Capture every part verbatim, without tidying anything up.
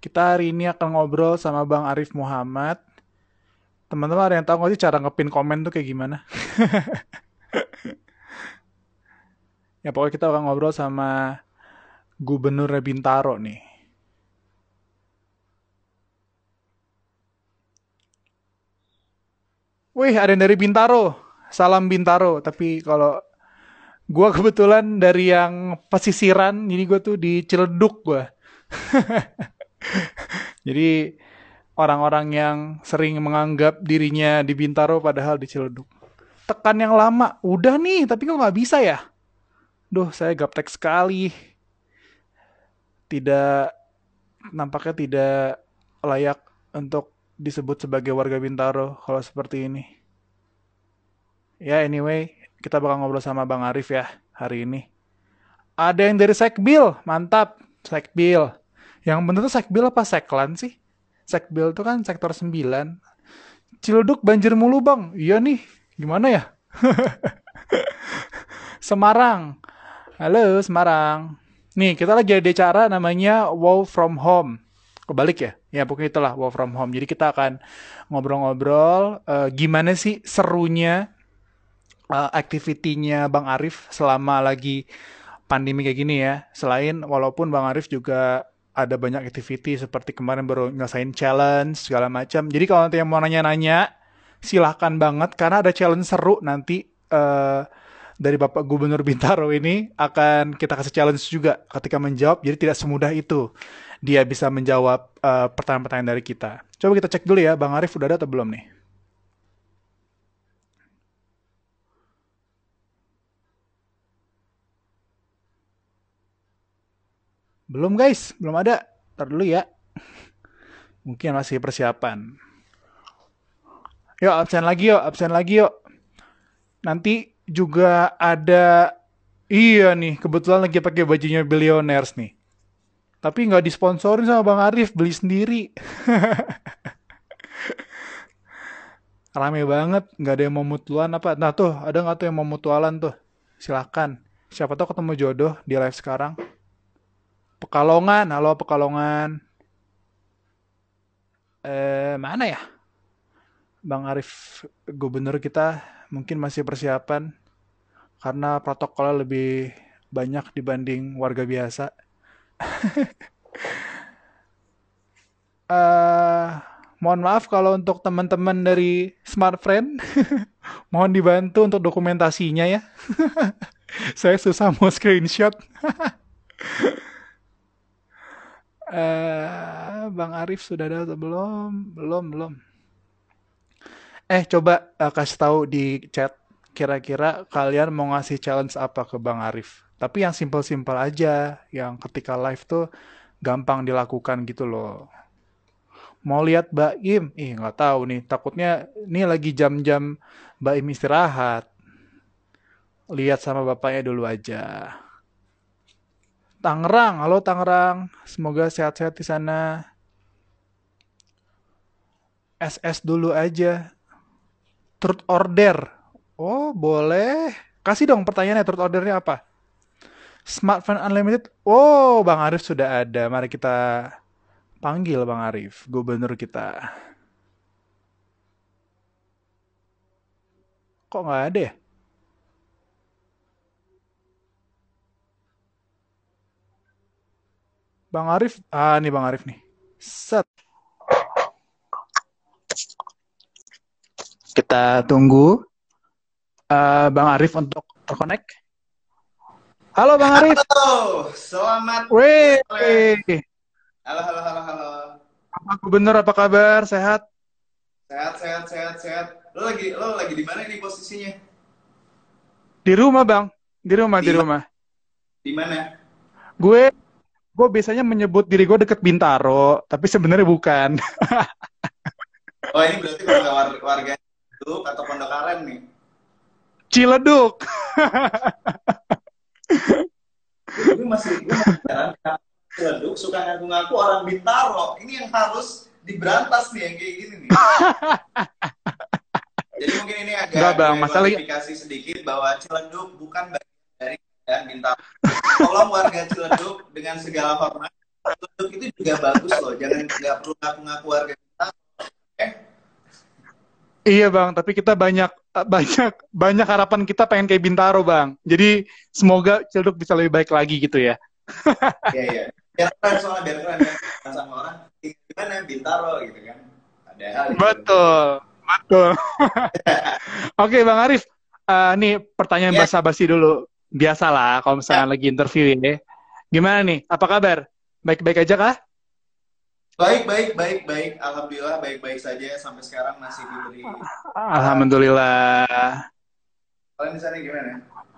Kita hari ini akan ngobrol sama Bang Arif Muhammad. Teman-teman ada yang tahu nggak sih cara ngepin komen tuh kayak gimana? Ya pokoknya kita akan ngobrol sama Gubernur Bintaro nih. Wih, ada yang dari Bintaro. Salam Bintaro. Tapi kalau gua kebetulan dari yang pesisiran, jadi gua tuh di Ciledug gua. Jadi orang-orang yang sering menganggap dirinya di Bintaro padahal di Ciledug. Tekan yang lama, udah nih, tapi kok nggak bisa ya? Duh, saya gaptek sekali. Tidak, nampaknya tidak layak untuk disebut sebagai warga Bintaro kalau seperti ini. Ya, anyway, kita bakal ngobrol sama Bang Arif ya hari ini. Ada yang dari Sekbil, mantap. Sekbil. Yang bener tuh Sekbil apa Seklan sih? Sekbil tuh kan sektor sembilan. Ciledug banjir mulu bang. Iya nih, gimana ya? Semarang. Halo Semarang. Nih, kita lagi ada acara namanya Wow from Home. Kebalik ya? Ya pokoknya itulah Wow from Home. Jadi kita akan ngobrol-ngobrol eh, gimana sih serunya eh, activity-nya Bang Arif selama lagi pandemi kayak gini ya. Selain walaupun Bang Arif juga ada banyak activity seperti kemarin baru ngerasain challenge segala macam. Jadi kalau nanti yang mau nanya-nanya silahkan banget karena ada challenge seru nanti eh, dari Bapak Gubernur Bintaro ini akan kita kasih challenge juga ketika menjawab. Jadi tidak semudah itu dia bisa menjawab eh, pertanyaan-pertanyaan dari kita. Coba kita cek dulu ya, Bang Arif udah ada atau belum nih? Belum guys, belum ada. Ntar dulu ya, mungkin masih persiapan. Yuk absen lagi yuk, absen lagi yuk. Nanti juga ada, iya nih, kebetulan lagi pakai bajunya Billionaires nih. Tapi nggak disponsorin sama Bang Arif, beli sendiri. Rame banget, nggak ada yang mau mutualan apa. Nah tuh, ada nggak tuh yang mau mutualan tuh? Silahkan. Siapa tahu ketemu jodoh di live sekarang. Pekalongan, halo Pekalongan. Eh, mana ya? Bang Arif, gubernur kita mungkin masih persiapan karena protokolnya lebih banyak dibanding warga biasa. eh Mohon maaf kalau untuk teman-teman dari Smart Friend, mohon dibantu untuk dokumentasinya ya. Saya susah mau screenshot. Eh, Bang Arif sudah ada atau belum? Belum, belum. Eh, coba eh, kasih tahu di chat. Kira-kira kalian mau ngasih challenge apa ke Bang Arif? Tapi yang simple-simple aja, yang ketika live tuh gampang dilakukan gitu loh. Mau lihat Baim? Ih, nggak tahu nih. Takutnya ini lagi jam-jam Baim istirahat. Lihat sama bapaknya dulu aja. Tangerang, halo Tangerang. Semoga sehat-sehat di sana. S S dulu aja. Truth order. Oh, boleh. Kasih dong pertanyaannya, truth ordernya apa? Smartphone Unlimited. Oh, Bang Arif sudah ada. Mari kita panggil Bang Arif, gubernur kita. Kok nggak ada ya? Bang Arif, ah nih Bang Arif nih. Set. Kita tunggu eh, Bang Arif untuk terkonek. Halo Bang Arif. Halo, selamat Weh. sore. Halo, halo, halo, halo. Apa gubernur apa kabar? Sehat? Sehat, sehat, sehat, sehat. Lo lagi, lo lagi di mana nih posisinya? Di rumah Bang. Di rumah, di Di ma- rumah. di mana? Gue gue biasanya menyebut diri gue deket Bintaro, tapi sebenarnya bukan. Oh, ini berarti warga war- warga itu atau Pondok Aren nih. Ciledug. Gue masih, gue masih heran kenapa Ciledug suka ngaku-ngaku orang Bintaro. Ini yang harus diberantas nih yang kayak gini nih. Jadi mungkin ini Enggak agak Bang, gue masalahnya klarifikasi sedikit bahwa Ciledug bukan bagian dari kerajaan Bintaro. Tolong warga Ciledug dengan segala hormat Celuduk itu juga bagus loh. Jangan nggak perlu ngaku-ngaku warga kita. Eh, Iya bang, tapi kita banyak banyak banyak harapan kita pengen kayak Bintaro bang. Jadi semoga Ciledug bisa lebih baik lagi gitu ya. iya iya. Biar keren soalnya biar keren ya. Sama orang gimana Bintaro gitu kan. Padahal di Celuduk. Betul, betul. Oke bang Arif, eh nih pertanyaan Ya, basa-basi dulu. Biasalah kalau ya. misalnya lagi interview ya. Gimana nih? Apa kabar? Baik-baik aja kah? Baik, baik, baik, baik. Alhamdulillah baik-baik saja sampai sekarang masih diberi. Uh, Alhamdulillah. kalian di sana gimana?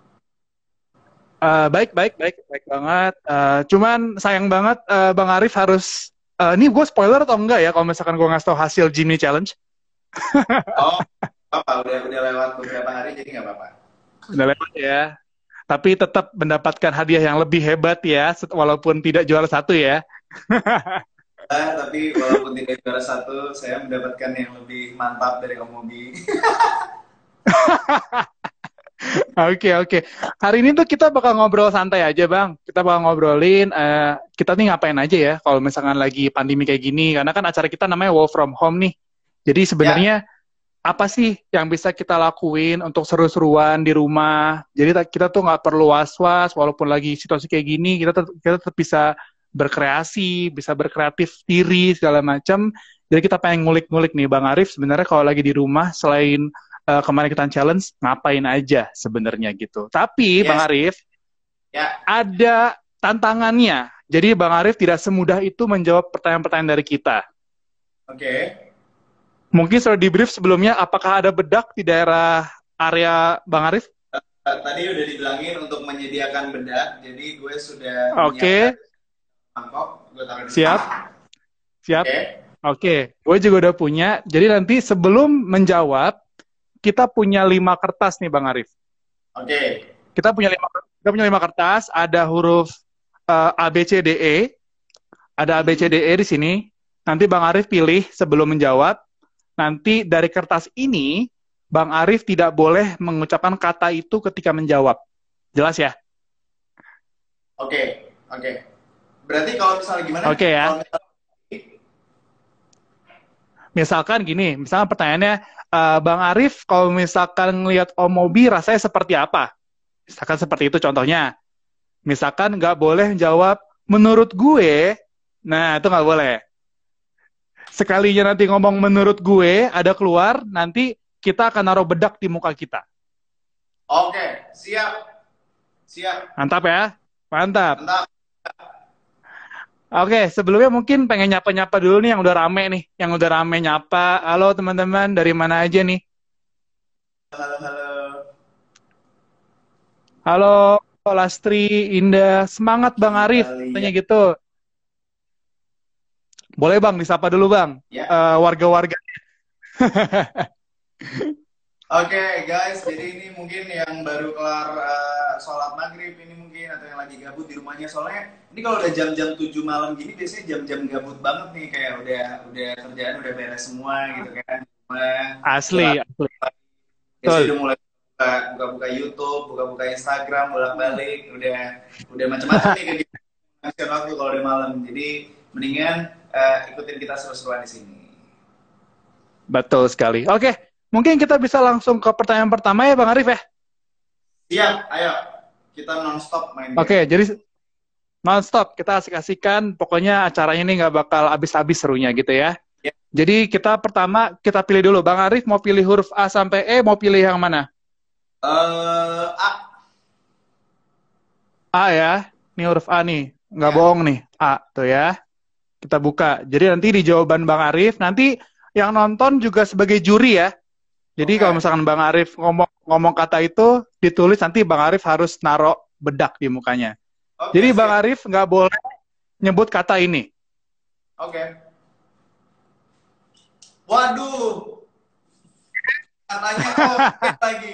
Eh, baik, baik, baik, baik banget. Eh, cuman sayang banget eh, Bang Arif harus. Eh, ini gue spoiler atau enggak ya? Kalau misalkan gue ngasih tau hasil Jimny Challenge, Oh, apa? Udah udah lewat beberapa hari jadi nggak apa-apa. udah lewat ya. Tapi tetap mendapatkan hadiah yang lebih hebat ya, set- walaupun tidak juara satu ya. Ah, tapi walaupun tidak juara satu, saya mendapatkan yang lebih mantap dari Om Mobi. Oke, oke. Hari ini tuh kita bakal ngobrol santai aja, Bang. Kita bakal ngobrolin, eh, kita nih ngapain aja ya kalau misalkan lagi pandemi kayak gini. Karena kan acara kita namanya Work From Home nih. Jadi Ya, sebenarnya apa sih yang bisa kita lakuin untuk seru-seruan di rumah? Jadi ta- kita tuh nggak perlu was-was, walaupun lagi situasi kayak gini, kita tetap, kita tetap bisa berkreasi, bisa berkreatif diri, segala macam. Jadi kita pengen ngulik-ngulik nih, Bang Arif, sebenarnya kalau lagi di rumah, selain eh, kemarin kita challenge, ngapain aja sebenarnya gitu. Tapi, Bang yes, Arif, ya, ada tantangannya. Jadi, Bang Arif tidak semudah itu menjawab pertanyaan-pertanyaan dari kita. oke. Mungkin sudah di brief sebelumnya, apakah ada bedak di daerah area Bang Arif? Eh, Tadi udah dibilangin untuk menyediakan bedak, jadi gue sudah menyiapkan Oke, mangkok, gue taruh di sini. siap, siap. Oke, Oke, gue juga udah punya. Jadi nanti sebelum menjawab, kita punya lima kertas nih Bang Arif. oke, Kita punya lima, kita punya lima kertas, ada huruf eh, A, B, C, D, E. Ada A, B, C, hmm, D, E di sini. Nanti Bang Arif pilih sebelum menjawab. Nanti dari kertas ini, Bang Arif tidak boleh mengucapkan kata itu ketika menjawab. Jelas ya? oke, oke. Berarti kalau misalnya gimana? Oke Kalau ya. misalnya, Misalkan gini, misalkan pertanyaannya, eh, Bang Arif, kalau misalkan ngelihat Om Mobi, rasanya seperti apa? Misalkan seperti itu contohnya. Misalkan nggak boleh jawab, menurut gue, nah itu nggak boleh. Sekalinya nanti ngomong menurut gue, ada keluar, nanti kita akan naruh bedak di muka kita. oke, siap, siap, Mantap ya? Mantap. mantap. Oke, sebelumnya mungkin pengen nyapa-nyapa dulu nih yang udah rame nih. Yang udah rame nyapa. Halo teman-teman, dari mana aja nih? Halo, halo. Halo, Lastri, Indah. Semangat Bang Arif, Italia. katanya gitu. Boleh Bang, disapa dulu Bang. Ya, Eh, warga-warga. oke guys, jadi ini mungkin yang baru kelar eh, sholat maghrib ini mungkin atau yang lagi gabut di rumahnya soalnya ini kalau udah jam-jam tujuh malam gini biasanya jam-jam gabut banget nih kayak udah udah kerjaan udah beres semua gitu kan di rumah Asli, istirahat asli. biasanya Betul. udah mulai buka, buka-buka YouTube, buka-buka Instagram, bolak-balik udah udah macam-macam nih kayak gitu ngabisin waktu kalau udah malam jadi mendingan eh, ikutin kita seru-seruan di sini. Betul sekali. Oke, mungkin kita bisa langsung ke pertanyaan pertama ya Bang Arif ya. Siap, ayo kita non-stop main game. Oke, jadi non-stop kita asik-asikan. Pokoknya acaranya ini nggak bakal habis-habis serunya gitu ya. Ya. Jadi kita pertama kita pilih dulu. Bang Arif mau pilih huruf A sampai E, mau pilih yang mana? Eh, A. A ya. Ini huruf A nih. Nggak Ya, bohong nih. A tuh ya. Kita buka. Jadi nanti di jawaban Bang Arif, nanti yang nonton juga sebagai juri ya. Jadi oke. kalau misalkan Bang Arif ngomong ngomong kata itu, ditulis nanti Bang Arif harus naruh bedak di mukanya. Oke, Jadi Bang siap. Arif nggak boleh nyebut kata ini. Oke. Waduh, katanya oke lagi.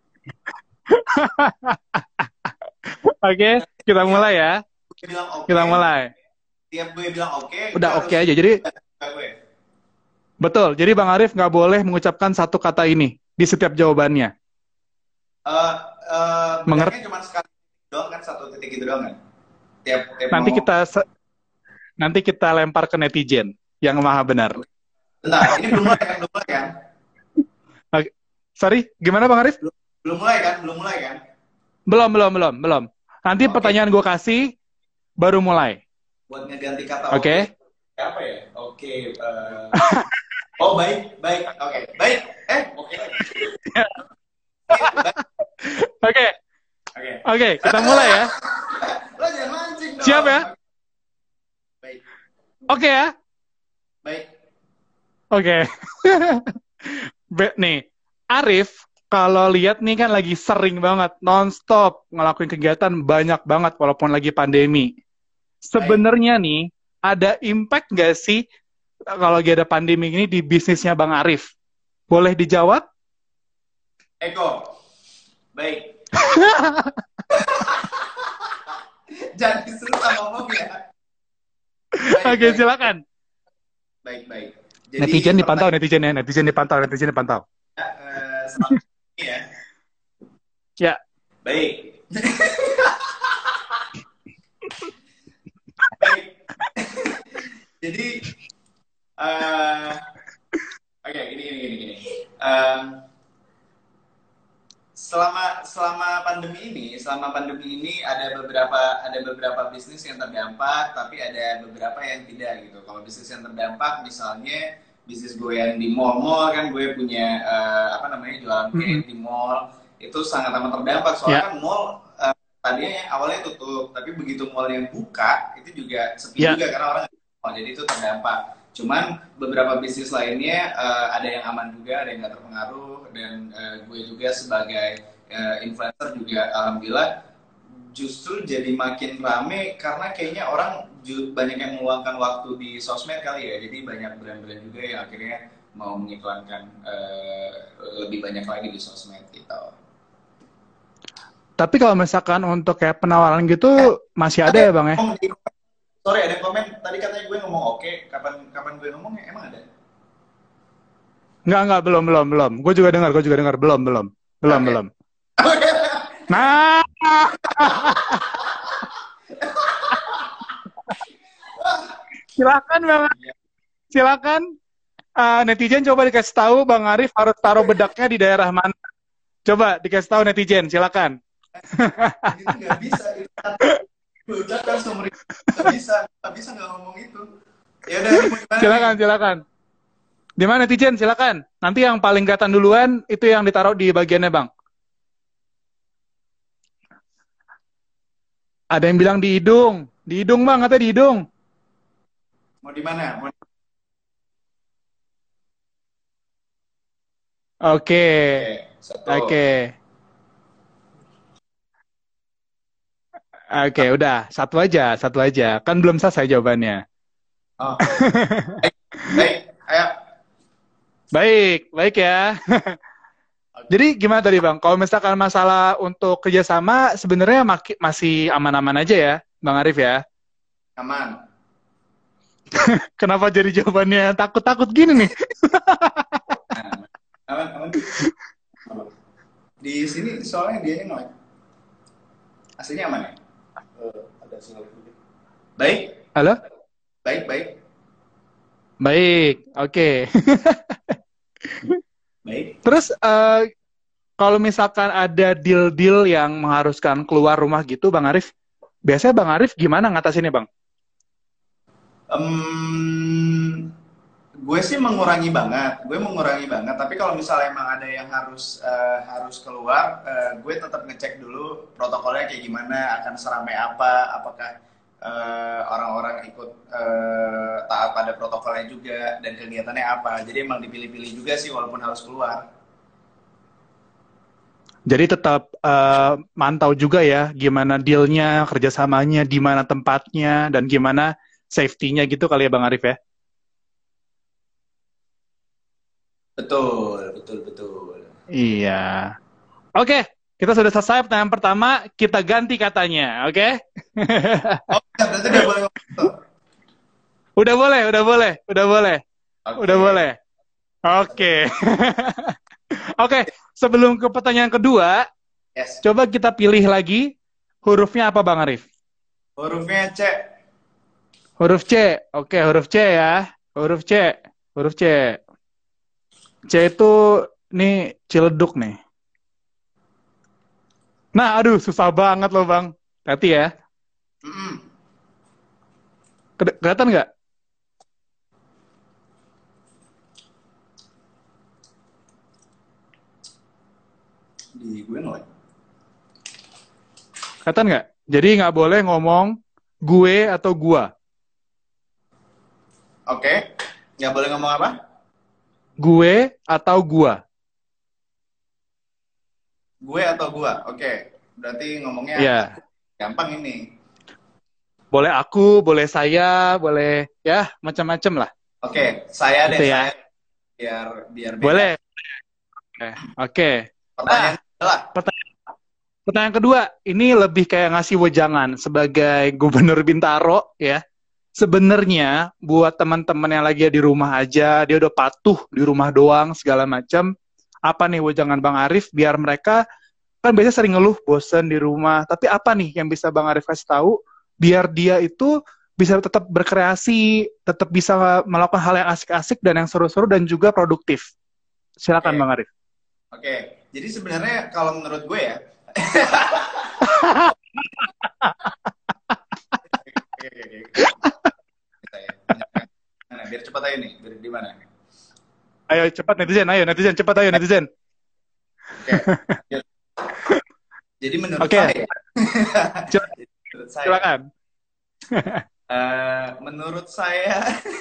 Oke, kita Tiap mulai ya. gue bilang oke, Kita mulai. tiap gue bilang oke, gue Udah oke harus aja. Jadi buka gue. betul. Jadi Bang Arif nggak boleh mengucapkan satu kata ini di setiap jawabannya. Eh, eh, Mengerti? bedaknya cuma sekali doang kan, satu titik itu doang kan? Tiap tiap Nanti ngomong. kita se- nanti kita lempar ke netizen yang maha benar. Bentar, ini belum mulai kan? Belum mulai kan? Oke. Sorry, gimana Bang Arif? Belum, belum mulai kan? Belum mulai kan? Belum, belum, belum, belum. Nanti Oke. pertanyaan gue kasih, baru mulai. Buat ngeganti kata Oke? oke. Apa ya? Oke. eh, Oh, baik, baik. Oke, baik. Eh, oke. Baik. Oke, Oke. oke, kita mulai ya. Lo jangan mancing dong. Siap ya? Baik, Oke ya? baik. Oke. Be- nih, Arif, kalau lihat nih kan lagi sering banget, nonstop ngelakuin kegiatan banyak banget walaupun lagi pandemi. Sebenarnya nih, ada impact nggak sih kalau lagi ada pandemi ini di bisnisnya Bang Arif? Boleh dijawab? Eko. Baik. Jangan susah ngomong ya. Baik, Oke, baik. silakan. Baik, baik. Jadi, Netizen dipantau, pertanyaan- netizen ya, netizen dipantau, netizen dipantau. eh, selama ini ya. Ya, Baik. Baik. Jadi, eh, oke, ini, ini, ini, ini. Em, selama selama pandemi ini, selama pandemi ini ada beberapa ada beberapa bisnis yang terdampak, tapi ada beberapa yang tidak gitu. Kalau bisnis yang terdampak, misalnya bisnis gue yang di mall-mall kan, gue punya eh, apa namanya jualan kain di mall, itu sangat amat terdampak soalnya Ya. kan mall eh, tadinya yang awalnya tutup, tapi begitu mall yang buka itu juga sepi Ya. juga karena orang nggak ke mall, jadi itu terdampak. Cuman beberapa bisnis lainnya eh, ada yang aman juga, ada yang nggak terpengaruh, dan eh, gue juga sebagai eh, influencer juga alhamdulillah justru jadi makin rame karena kayaknya orang ju- banyak yang meluangkan waktu di sosmed kali ya, jadi banyak brand-brand juga yang akhirnya mau mengiklankan eh, lebih banyak lagi di sosmed gitu. Tapi kalau misalkan untuk kayak penawaran gitu masih ada ya Bang ya? Ngomong di- Sorry, ada yang komen tadi katanya gue ngomong oke, kapan kapan gue ngomongnya emang ada? Enggak, enggak, belum, belum, belum. Gue juga dengar, gue juga dengar, belum, belum, belum, Oke. belum. Nah, silakan Bang, silakan. Eh, netizen coba dikasih tahu Bang Arif harus taruh bedaknya di daerah mana. Coba dikasih tahu netizen, silakan. Itu nggak bisa, itu kan udah kan sumber nggak bisa, nggak bisa nggak ngomong itu. Ya udah, ini mau gimana Silakan, nih? silakan. Di mana netizen? Silakan. Nanti yang paling kelihatan duluan itu yang ditaruh di bagiannya Bang. Ada yang bilang di hidung, di hidung Bang, katanya di hidung. Mau di mana? Mau Oke, Oke, satu. oke, oke. Udah satu aja, satu aja. Kan belum selesai jawabannya. Oh, baik, baik, ayo. Baik, baik ya. Jadi gimana tadi Bang? Kalau misalkan masalah untuk kerjasama sebenarnya maki- masih aman-aman aja ya, Bang Arif ya. Aman. Kenapa jadi jawabannya takut-takut gini nih? Aman, aman. Aman. Di sini soalnya dia yang nolak. Aslinya aman ya? ada sinyal sedikit. Baik, Halo? baik, baik, Baik, oke. baik. Terus eh, kalau misalkan ada deal-deal yang mengharuskan keluar rumah gitu, Bang Arif, biasanya Bang Arif gimana ngatasinnya, Bang? Em, gue sih mengurangi banget, gue mengurangi banget. Tapi kalau misalnya emang ada yang harus eh, harus keluar, eh, gue tetap ngecek dulu protokolnya kayak gimana, akan seramai apa, apakah eh, orang-orang ikut eh, taat pada protokolnya juga dan kegiatannya apa. Jadi emang dipilih-pilih juga sih walaupun harus keluar. Jadi tetap eh, mantau juga ya gimana dealnya, kerjasamanya, di mana tempatnya, dan gimana safety-nya gitu kali ya Bang Arif ya? Betul, betul, betul. Iya. Oke, kita sudah selesai pertanyaan pertama, kita ganti katanya, oke? Oh, ya, berarti dia boleh ngomong gitu. Udah boleh, udah boleh, udah boleh, Oke. udah boleh. Oke. Oke, sebelum ke pertanyaan kedua, Yes. coba kita pilih lagi hurufnya apa Bang Arif? Hurufnya C. Huruf C. Oke, huruf C ya. Huruf C. Huruf C. C itu nih Ciledug nih. Nah, aduh susah banget loh Bang. Hati ya. Mm-mm. Kede- Kelihatan nggak? Di gue nolak. Kelihatan nggak? Jadi nggak boleh ngomong gue atau gua. Oke, nggak boleh ngomong apa? Gue atau gua. Gue atau gua. Oke, berarti ngomongnya aku. Iya. Gampang ini. Boleh aku, boleh saya, boleh ya macam-macam lah. Oke, saya deh, Gitu ya. saya biar biar beda. Boleh. Oke. Oke. Nah, Pertanyaan adalah, pertanyaan, pertanyaan kedua, ini lebih kayak ngasih wejangan sebagai Gubernur Bintaro ya. Sebenarnya buat teman-teman yang lagi di rumah aja, dia udah patuh di rumah doang segala macam. Apa nih wejangan Bang Arif biar mereka kan biasanya sering ngeluh bosen di rumah. Tapi apa nih yang bisa Bang Arif kasih tahu biar dia itu bisa tetap berkreasi, tetap bisa melakukan hal yang asik-asik dan yang seru-seru dan juga produktif. Silakan oke, Bang Arif. oke. Jadi sebenarnya kalau menurut gue ya, oke, oke, oke. Saya menyampaikan mana? Biar cepat aja nih, biar di mana? Ayo cepat netizen, ayo netizen, cepat ayo netizen. Oke. Jadi menurut Oke, saya, sil- jadi menurut saya, silakan. eh, menurut saya,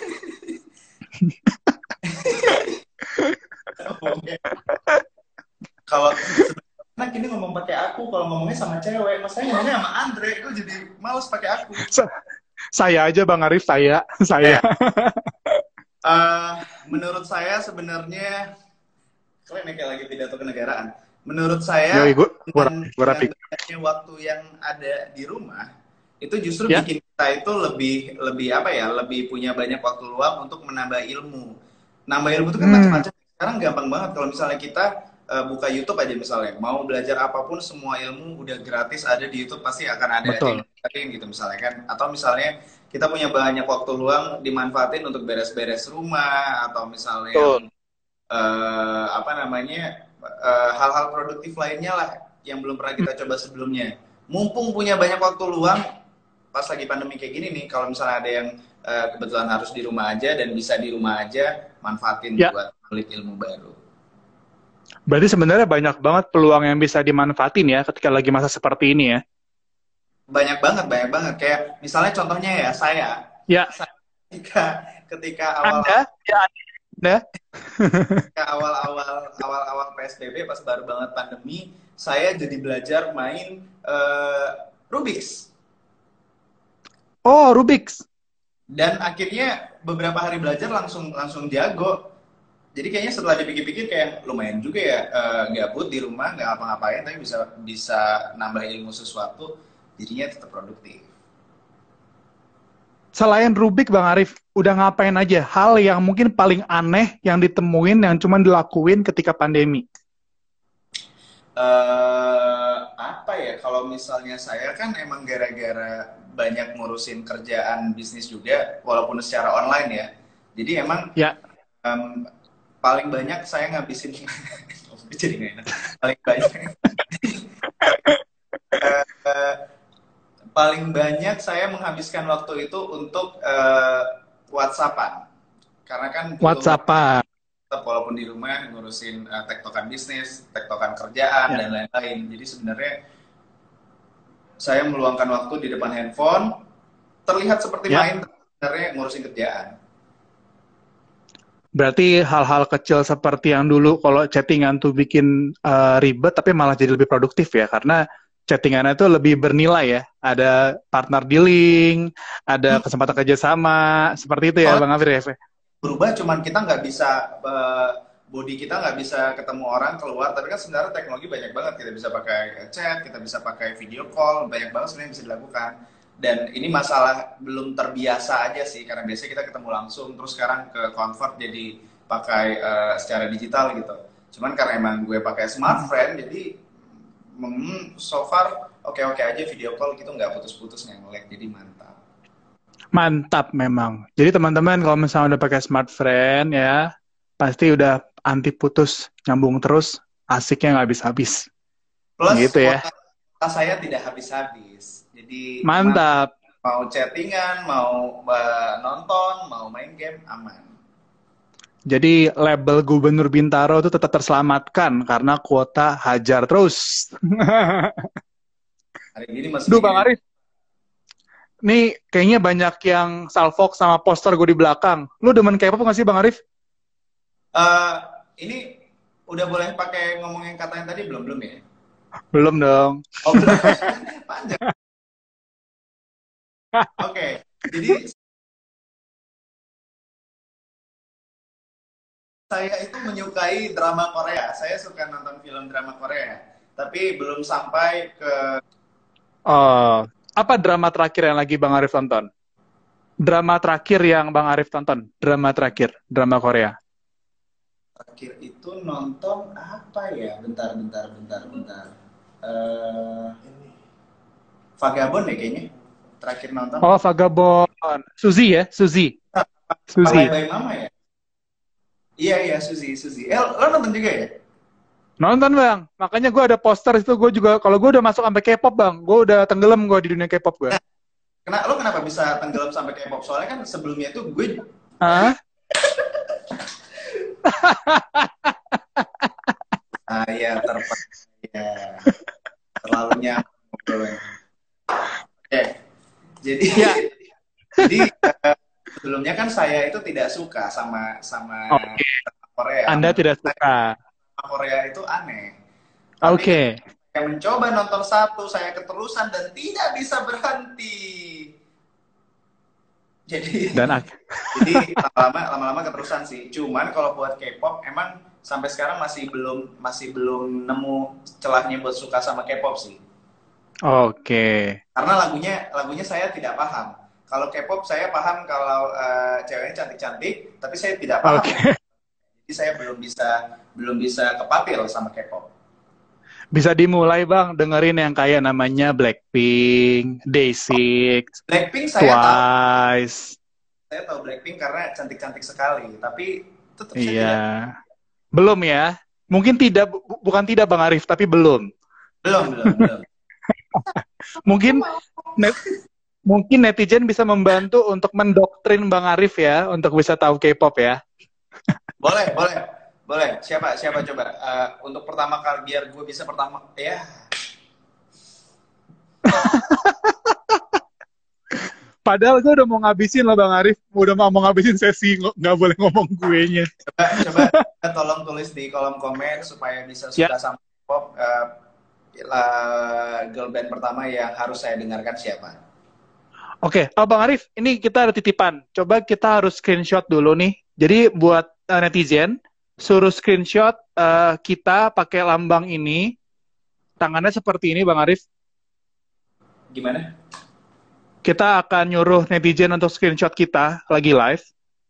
kalau sebenarnya ini ngomong pakai aku, kalau ngomongnya sama cewek, mas saya ngomongnya sama Andre, gue jadi males pakai aku. Sa- Saya aja Bang Arif, saya, Eh, saya. eh, menurut saya sebenarnya kalian ya kayak lagi pidato kenegaraan. Menurut Yoi, saya gue, gue, dengan gue dengan rapi. banyaknya waktu yang ada di rumah itu justru Ya, bikin kita itu lebih lebih apa ya, lebih punya banyak waktu luang untuk menambah ilmu. Nambah ilmu itu kan hmm, macam-macam. Sekarang gampang banget kalau misalnya kita uh, buka YouTube aja misalnya, mau belajar apapun semua ilmu udah gratis ada di YouTube pasti akan ada aja yang betul. ngajarin gitu misalnya kan. Atau misalnya kita punya banyak waktu luang dimanfaatin untuk beres-beres rumah atau misalnya Betul. eh, apa namanya eh, hal-hal produktif lainnya lah yang belum pernah kita coba sebelumnya. Mumpung punya banyak waktu luang pas lagi pandemi kayak gini nih, kalau misalnya ada yang eh, kebetulan harus di rumah aja dan bisa di rumah aja, manfaatin Ya, buat kulit ilmu baru. berarti sebenarnya banyak banget peluang yang bisa dimanfaatin ya ketika lagi masa seperti ini ya. Banyak banget, banyak banget. Kayak misalnya contohnya ya saya, Ya, saya ketika ketika awal Anda, ya Anda. awal-awal awal-awal P S B B pas baru banget pandemi, saya jadi belajar main eh, Rubik's. Oh, Rubik's. Dan akhirnya beberapa hari belajar langsung langsung jago. Jadi kayaknya setelah dipikir-pikir kayak lumayan juga ya, eh, gabut di rumah nggak apa-ngapain tapi bisa bisa nambah ilmu sesuatu, jadinya tetap produktif. Selain Rubik, Bang Arif, udah ngapain aja hal yang mungkin paling aneh yang ditemuin yang cuma dilakuin ketika pandemi? eh apa ya, kalau misalnya saya kan emang gara-gara banyak ngurusin kerjaan bisnis juga walaupun secara online ya, jadi emang Ya, em, paling banyak saya ngabisin jadi nggak enak. Paling banyak eh, paling banyak saya menghabiskan waktu itu untuk eh, WhatsAppan karena kan butuh WhatsApp. tetap walaupun di rumah ngurusin eh, tektokan bisnis, tektokan kerjaan Ya. dan lain-lain. Jadi sebenarnya saya meluangkan waktu di depan handphone, terlihat seperti Ya, main, tapi sebenarnya ngurusin kerjaan. berarti hal-hal kecil seperti yang dulu kalau chattingan tuh bikin eh, ribet, tapi malah jadi lebih produktif ya, karena chattingannya itu lebih bernilai ya. Ada partner dealing, ada Hmm, kesempatan kerjasama, seperti itu ya, soalnya Bang Afir ya. berubah, cuman kita nggak bisa eh, body kita nggak bisa ketemu orang keluar, tapi kan sebenarnya teknologi banyak banget, kita bisa pakai chat, kita bisa pakai video call, banyak banget sebenarnya yang bisa dilakukan. Dan ini masalah belum terbiasa aja sih, karena biasanya kita ketemu langsung, terus sekarang ke convert jadi pakai eh, secara digital gitu. Cuman karena emang gue pakai smartphone, jadi mm, so far oke-oke aja video call gitu, nggak putus-putus nggak nge-lag, jadi mantap. Mantap memang. Jadi teman-teman kalau misalnya udah pakai Smart Friend ya, pasti udah anti putus, nyambung terus, asiknya nggak habis-habis. Plus Gitu ya. kuota saya tidak habis-habis. Jadi kemana Mantap. mau chattingan, mau uh, nonton, mau main game aman. Jadi label Gubernur Bintaro itu tetap terselamatkan karena kuota hajar terus. Hari ini masih Duh Bang mikirin. Arif, nih kayaknya banyak yang salfok sama poster gue di belakang. Lu demen K-pop nggak sih Bang Arif? Uh, ini udah boleh pakai ngomongin kata yang tadi belum belum ya? Belum dong. Oh belum. Panjang. Oke. Okay. Jadi saya itu menyukai drama Korea. Saya suka nonton film drama Korea. Tapi belum sampai ke... Oh, apa drama terakhir yang lagi Bang Arif tonton? Drama terakhir yang Bang Arif tonton? Drama terakhir, drama Korea. Terakhir itu nonton apa ya? Bentar, bentar, bentar, bentar. Uh, Vagabond ya kayaknya. Terakhir nonton. Oh, Vagabond. Suzy ya? Suzy. Bye Suzy. Bye Mama ya? Iya, iya, Suzy, Suzy. Eh, lo nonton juga ya? Nonton Bang. Makanya gue ada poster itu, gue juga, kalau gue udah masuk sampai K-pop Bang. Gue udah tenggelam gue di dunia K-pop gue. Nah, kenapa, lo kenapa bisa tenggelam sampai K-pop? Soalnya kan sebelumnya itu gue... Hah? Ah, iya, terpercaya. Terlalu nyambung. Oke, jadi... Ya. jadi... Uh, sebelumnya kan saya itu tidak suka sama sama Oke. Korea. Anda tidak suka. Korea itu aneh. Oke. Okay. Saya mencoba nonton satu, saya keterusan dan tidak bisa berhenti. Jadi, dan jadi lama-lama lama-lama keterusan sih. Cuman kalau buat K-pop emang sampai sekarang masih belum masih belum nemu celahnya buat suka sama K-pop sih. Oke. Okay. Karena lagunya lagunya saya tidak paham. Kalau K-pop saya paham kalau uh, ceweknya cantik-cantik, tapi saya tidak paham. Okay. Jadi saya belum bisa belum bisa kepatil sama K-pop. Bisa dimulai Bang dengerin yang kayak namanya Blackpink, day six, Blackpink saya Twice. Tahu. Saya tahu Blackpink karena cantik-cantik sekali, tapi tetap saya iya. tidak. Belum ya? Mungkin tidak, bu bukan tidak Bang Arif, tapi belum. Belum, belum, belum. mungkin net mungkin netizen bisa membantu untuk mendoktrin Bang Arif ya, untuk bisa tahu K-pop ya. Boleh, boleh, boleh. Siapa, siapa coba? Uh, untuk pertama kali biar gue bisa pertama, ya. Padahal gue udah mau ngabisin loh Bang Arif, udah mau ngabisin sesi, nggak boleh ngomong gue nya. Coba, coba tolong tulis di kolom komen supaya bisa suka ya. sama K-pop. Uh, uh, girl band pertama yang harus saya dengarkan siapa? Oke, okay. Oh Bang Arif, ini kita ada titipan. Coba kita harus screenshot dulu nih. Jadi buat uh, netizen, suruh screenshot uh, kita pakai lambang ini. Tangannya seperti ini Bang Arif. Gimana? Kita akan nyuruh netizen untuk screenshot kita lagi live.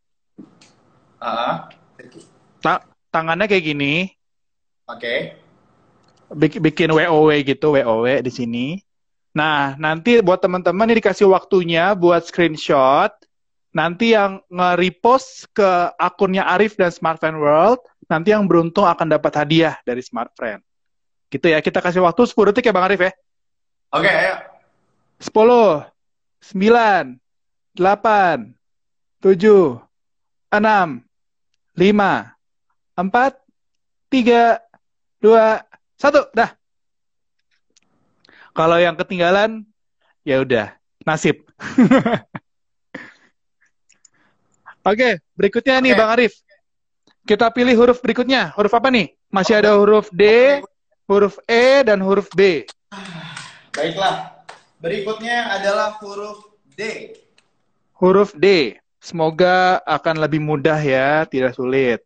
Uh, Ta tangannya kayak gini. Oke. Okay. Bik bikin W O W gitu, W O W di sini. Nah, nanti buat teman-teman ini dikasih waktunya buat screenshot. Nanti yang nge-repost ke akunnya Arif dan Smart Friend World, nanti yang beruntung akan dapat hadiah dari Smart Friend. Gitu ya, kita kasih waktu sepuluh detik ya Bang Arif ya. Oke, okay, ayo. sepuluh, sembilan, delapan, tujuh, enam, lima, empat, tiga, dua, satu, dah. Kalau yang ketinggalan, ya udah, nasib. Oke, berikutnya okay. nih Bang Arif. Kita pilih huruf berikutnya. Huruf apa nih? Masih okay. ada huruf D, huruf E, dan huruf B. Baiklah. Berikutnya adalah huruf D. Huruf D. Semoga akan lebih mudah ya, tidak sulit.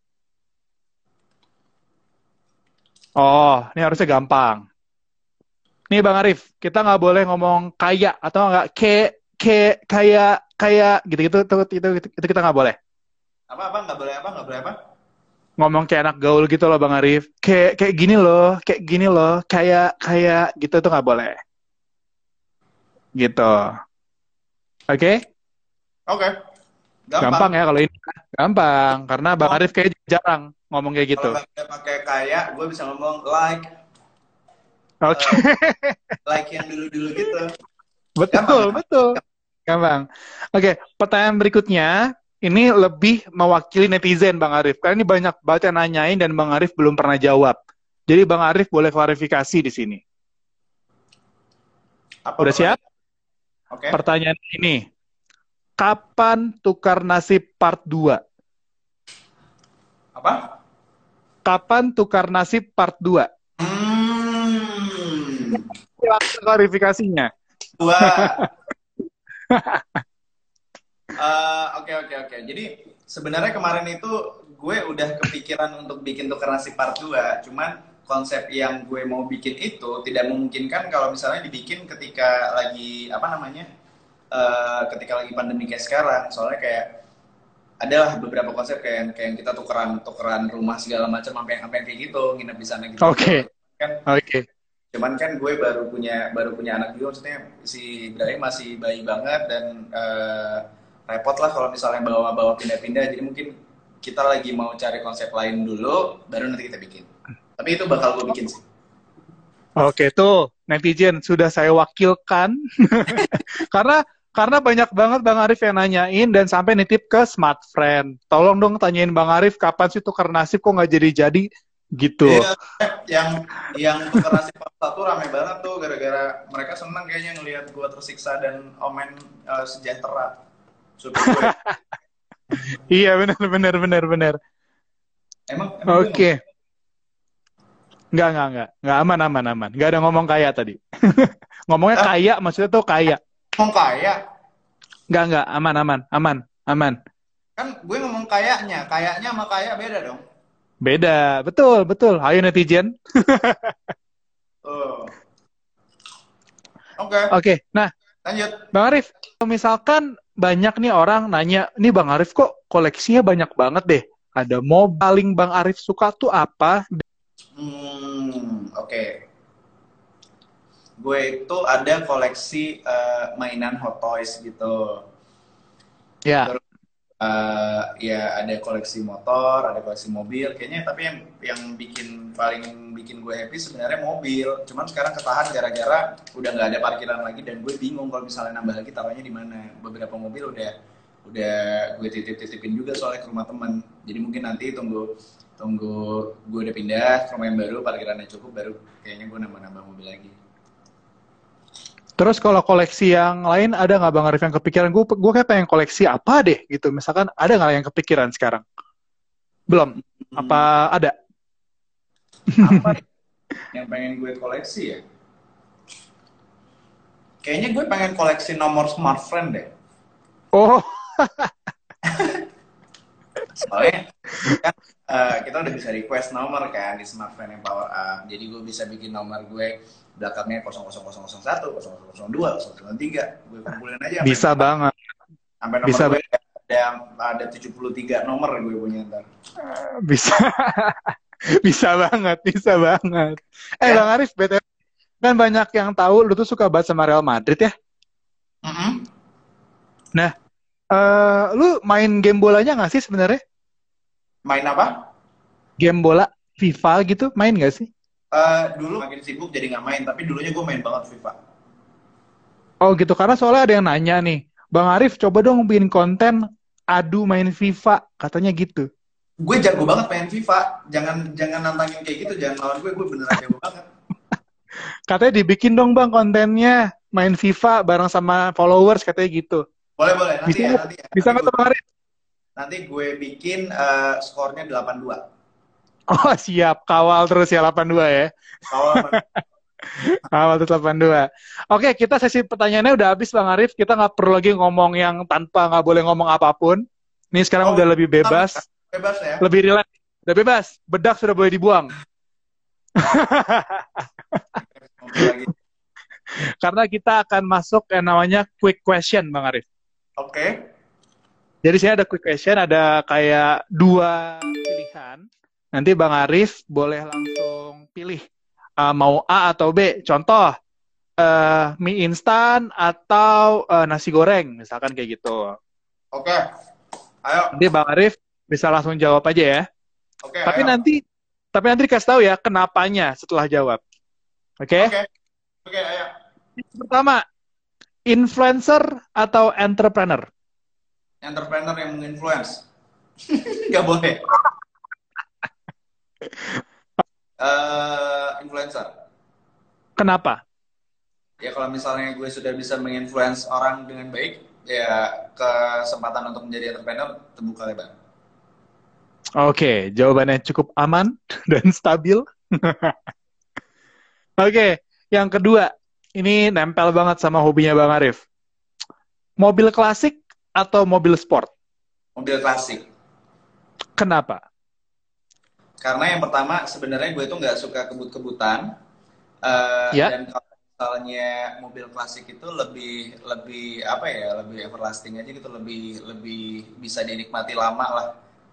Oh, ini harusnya gampang. Nih Bang Arif, kita nggak boleh ngomong kaya atau nggak ke ke kayak kayak gitu-gitu itu, itu, itu, itu kita nggak boleh. Apa apa nggak boleh apa nggak boleh apa? Ngomong kayak anak gaul gitu loh Bang Arif. Kayak kayak gini loh, kayak gini loh, kayak kayak gitu tuh nggak boleh. Gitu. Oke? Okay? Oke, gampang. Gampang ya kalau ini. Gampang, karena Bang Oh, Arif kayak jarang ngomong kayak kalau gitu. nggak ada pakai kayak, gue bisa ngomong like, Oke, eh, like yang dulu-dulu gitu. Gampang, betul, gampang. betul. Gampang. Oke, pertanyaan berikutnya. Ini lebih mewakili netizen, Bang Arif. Karena ini banyak banget yang nanyain dan Bang Arif belum pernah jawab. Jadi Bang Arif boleh klarifikasi di sini. Apa Udah siap? pertanyaan? Oke. Pertanyaan ini. Kapan tukar nasib part dua? Apa? Kapan tukar nasib part dua? Hmm. Langsung klarifikasinya. Dua. Eh, Oke, oke, oke. Jadi sebenarnya kemarin itu gue udah kepikiran untuk bikin tuker nasi part dua. Cuman konsep yang gue mau bikin itu tidak memungkinkan kalau misalnya dibikin ketika lagi apa namanya? eh, ketika lagi pandemi kayak sekarang. Soalnya kayak adalah beberapa konsep kayak yang, kayak yang kita tukeran tukeran rumah segala macam sampai sampai kayak gitu, nginep di sana gitu-gitu. Oke, Kan oke. cuman kan gue baru punya baru punya anak juga, maksudnya si Ibrahim masih bayi banget dan eh, repot lah kalau misalnya bawa-bawa pindah-pindah, jadi mungkin kita lagi mau cari konsep lain dulu baru nanti kita bikin, tapi itu bakal gue bikin sih. Oke, tuh netizen sudah saya wakilkan karena karena banyak banget Bang Arif yang nanyain dan sampai nitip ke Smart Friend. Tolong dong tanyain Bang Arif kapan sih tukar nasib kok nggak jadi-jadi gitu. Iya, eh, yang yang tuker nasi part satu rame banget tuh gara-gara mereka seneng kayaknya ngelihat gue tersiksa dan Omen eh, sejahtera, supir gue. Iya benar benar benar benar. Emang emang gue ngomong, Oke, nggak nggak nggak nggak aman aman aman. Nggak ada ngomong kaya tadi. Ngomongnya ah, kaya maksudnya tuh kaya. ngomong kaya. Nggak nggak aman aman aman aman. Kan gue ngomong kayaknya, kayaknya sama kaya beda dong. Beda, betul betul. Ayo netizen. Tuh. Oke, Oke, nah lanjut. Bang Arif, misalkan banyak nih orang nanya, nih Bang Arif kok koleksinya banyak banget deh. Ada mobil paling Bang Arif suka tuh apa? Hmm, oke. Gue itu ada koleksi eh, mainan Hot Toys gitu. Ya, Terus eh, ya ada koleksi motor, ada koleksi mobil. Kayaknya tapi yang yang bikin paling bikin gue happy sebenarnya mobil. Cuman sekarang ketahan gara-gara udah nggak ada parkiran lagi dan gue bingung kalau misalnya nambah lagi taruhnya di mana. Beberapa mobil udah udah gue titip-titipin juga soalnya ke rumah teman. Jadi mungkin nanti tunggu tunggu gue udah pindah ke rumah yang baru, parkirannya cukup, baru kayaknya gue nambah-nambah mobil lagi. terus kalau koleksi yang lain ada nggak Bang Arif yang kepikiran? Gue gue kayak pengen koleksi apa deh gitu. Misalkan ada nggak yang kepikiran sekarang? Belum? Hmm, Apa ada? apa yang pengen gue koleksi ya? Kayaknya gue pengen koleksi nomor smartphone deh. Oh, Soalnya kan eh, kita udah bisa request nomor kan di smartphone yang power up. Jadi gue bisa bikin nomor gue belakangnya nol nol nol nol satu, nol nol nol dua, nol nol tiga. Gue kumpulin aja sampai bisa banget. sampai nomor Bisa gue banget. ada ada tujuh puluh tiga nomor gue punya ntar. Bisa. Bisa banget, bisa banget. Eh Bang Ya? Arif, B T W kan banyak yang tahu lu tuh suka banget sama Real Madrid ya. Mm-mm. Nah, eh lu main game bolanya nggak sih sebenarnya? Main apa? Game bola FIFA gitu, main nggak sih? Eh, dulu makin sibuk jadi nggak main, tapi dulunya gue main banget FIFA. Oh gitu, karena soalnya ada yang nanya nih, Bang Arif coba dong bikin konten adu main FIFA, katanya gitu. Gue jago banget main FIFA. Jangan jangan nantangin kayak gitu, jangan lawan gue. Gue beneran jago banget. Katanya dibikin dong Bang kontennya, main FIFA bareng sama followers, katanya gitu. Boleh boleh nanti Bisa ya nggak? nanti ya. Bisa Nanti nggak gue tuh Bang Arif? nanti gue bikin eh, skornya delapan dua. Oh siap, kawal terus ya delapan dua ya. Kalau Kawal terus delapan dua. Oke, kita sesi pertanyaannya udah habis Bang Arif. Kita nggak perlu lagi ngomong yang tanpa nggak boleh ngomong apapun. Ini sekarang oh, udah lebih bebas, bebas ya. lebih rileks. Udah bebas, bedak sudah boleh dibuang. Ngobrol lagi. Karena kita akan masuk yang namanya quick question, Bang Arif. Oke. Jadi sini ada quick question, ada kayak dua pilihan. Nanti Bang Arif boleh langsung pilih uh, mau A atau B. Contoh, uh, mie instan atau uh, nasi goreng, misalkan kayak gitu. Oke, ayo. Nanti Bang Arif bisa langsung jawab aja ya. Oke, Tapi ayo. nanti tapi nanti dikasih tahu ya kenapanya setelah jawab. Oke? Oke, oke, ayo. Pertama, influencer atau entrepreneur? Entrepreneur yang menginfluence. Nggak boleh. Eh, influencer. Kenapa? Ya kalau misalnya gue sudah bisa menginfluence orang dengan baik, ya kesempatan untuk menjadi entrepreneur terbuka lebar. Oke, jawabannya cukup aman dan stabil. Oke, yang kedua, ini nempel banget sama hobinya Bang Arif. Mobil klasik atau mobil sport? Mobil klasik. Kenapa? Karena yang pertama sebenarnya gue tuh nggak suka kebut-kebutan. Eh, Ya, dan kalau misalnya mobil klasik itu lebih lebih apa ya, lebih everlasting aja gitu, lebih lebih bisa dinikmati lama lah.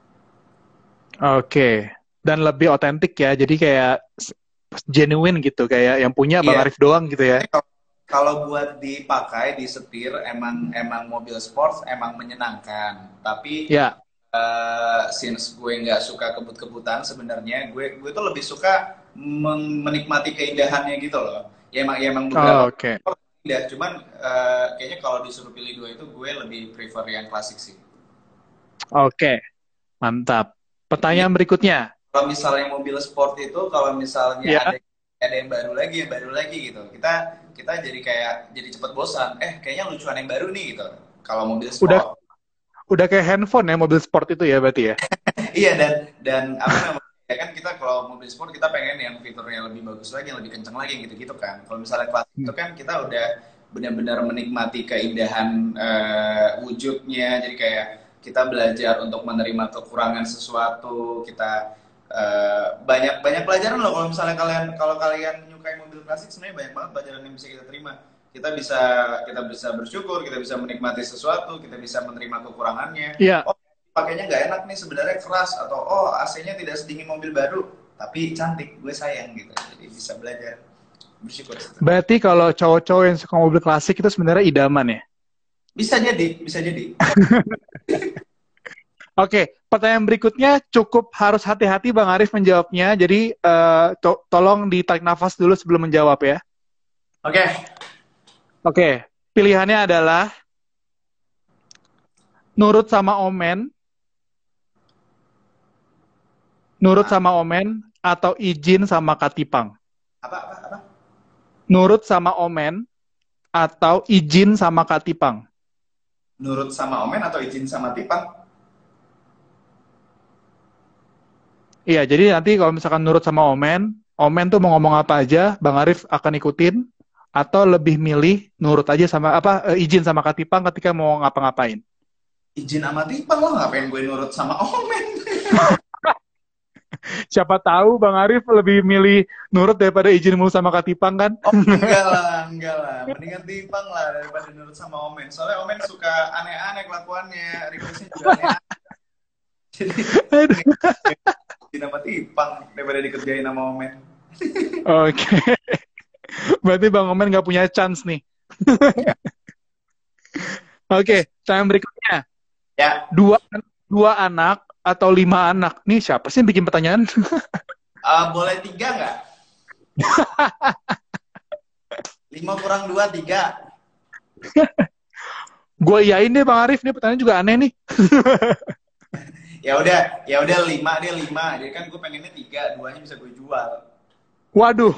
oke. Dan lebih otentik ya, jadi kayak s- genuine gitu, kayak yang punya Bang Iya. Arif doang gitu ya. Tapi kalau kalau buat dipakai disetir emang emang mobil sport emang menyenangkan. Tapi Ya, eh, since gue nggak suka kebut-kebutan sebenarnya, gue gue tuh lebih suka men- menikmati keindahannya gitu loh. Ya emang ya emang beberapa oke. sport indah, cuman eh, kayaknya kalau disuruh pilih dua itu gue lebih prefer yang klasik sih. Oke, mantap. Iya, Pertanyaan berikutnya. kalau misalnya mobil sport itu kalau misalnya Ya, ada ada yang baru lagi, yang baru lagi gitu, kita kita jadi kayak jadi cepet bosan. Eh, kayaknya lucuan yang baru nih gitu. Kalau mobil udah sport. udah kayak handphone ya mobil sport itu ya berarti ya. Iya, dan dan apa namanya? Ya kan kita kalau mobil sport kita pengen yang fiturnya lebih bagus lagi, yang lebih kencang lagi gitu-gitu kan. Kalau misalnya klasik Hmm. itu kan kita udah benar-benar menikmati keindahan eh, wujudnya. Jadi kayak kita belajar untuk menerima kekurangan sesuatu, kita eh, banyak banyak pelajaran loh kalau misalnya kalian kalau kalian menyukai mobil klasik sebenarnya banyak banget pelajaran yang bisa kita terima. Kita bisa kita bisa bersyukur, kita bisa menikmati sesuatu, kita bisa menerima kekurangannya. Iya, Oh, pakainya nggak enak nih sebenarnya keras, atau oh A C-nya tidak sedingin mobil baru tapi cantik, gue sayang gitu, jadi bisa belajar bersyukur situ. berarti kalau cowok-cowok yang suka mobil klasik itu sebenarnya idaman ya. Bisa jadi, bisa jadi. Oke, pertanyaan berikutnya cukup harus hati-hati Bang Arif menjawabnya. Jadi eh, to- tolong ditarik nafas dulu sebelum menjawab ya. Oke. Okay. Oke, pilihannya adalah nurut sama Omen, nurut Ah, sama Omen, atau izin sama Katipang. apa apa apa Nurut sama Omen atau izin sama Katipang. nurut sama Omen atau izin sama Tipang? Iya, jadi nanti kalau misalkan nurut sama Omen, Omen tuh mau ngomong apa aja, Bang Arif akan ikutin, atau lebih milih nurut aja sama apa eh, izin sama Katipang ketika mau ngapa-ngapain. Izin sama Tipang lah, ngapain gue nurut sama Omen? Siapa tahu Bang Arif lebih milih nurut daripada izin mulu sama Katipang kan? Oh, enggak lah, enggak lah, mendingan Tipang lah daripada nurut sama Omen, soalnya Omen suka aneh-aneh kelakuannya, requestnya juga aneh, jadi izin sama Tipang daripada dikerjain sama Omen. Oke, berarti Bang Omen nggak punya chance nih. Oke, pertanyaan berikutnya. Ya, Dua, dua anak atau lima anak? Nih siapa sih yang bikin pertanyaan? uh, boleh tiga nggak? Lima kurang dua, tiga. Gue iyain deh Bang Arif, nih pertanyaan juga aneh nih. Ya udah, ya udah lima dia lima. Jadi kan gue pengennya tiga, duanya bisa gue jual. Waduh,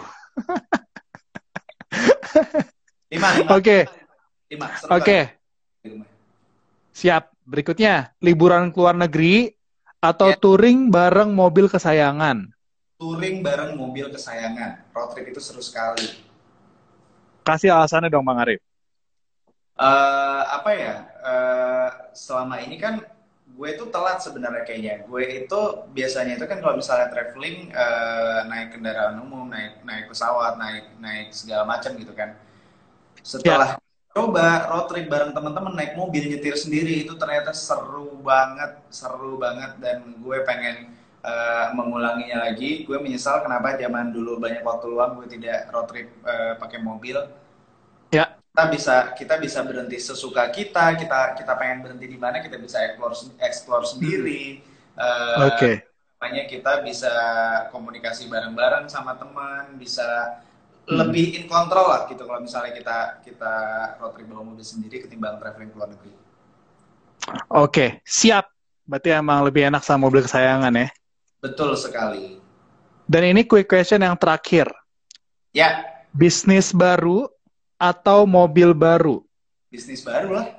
Lima, lima, oke, lima. Seru kan? oke, siap. Berikutnya, liburan ke luar negeri atau Ya, touring bareng mobil kesayangan? touring bareng mobil kesayangan. Road trip itu seru sekali. Kasih alasannya dong Bang Arif. Eh apa ya? Eh selama ini kan gue itu telat sebenarnya kayaknya. Gue itu biasanya itu kan kalau misalnya traveling eh, naik kendaraan umum, naik naik pesawat, naik naik segala macam gitu kan. Ya, Setelah coba road trip bareng teman-teman naik mobil nyetir sendiri itu ternyata seru banget, seru banget, dan gue pengen eh, mengulanginya lagi. Gue menyesal kenapa zaman dulu banyak waktu luang gue tidak road trip eh, pakai mobil. ya. kita bisa kita bisa berhenti sesuka kita, kita kita pengen berhenti di mana, kita bisa explore explore Hmm. sendiri. Eh, Oke. Makanya kita bisa komunikasi bareng-bareng sama teman, bisa Hmm. lebih in control lah gitu kalau misalnya kita kita road trip bawa mobil sendiri ketimbang traveling ke luar negeri. Oke, siap. Berarti emang lebih enak sama mobil kesayangan ya. Betul sekali. Dan ini quick question yang terakhir. Ya, Bisnis baru atau mobil baru? bisnis baru lah.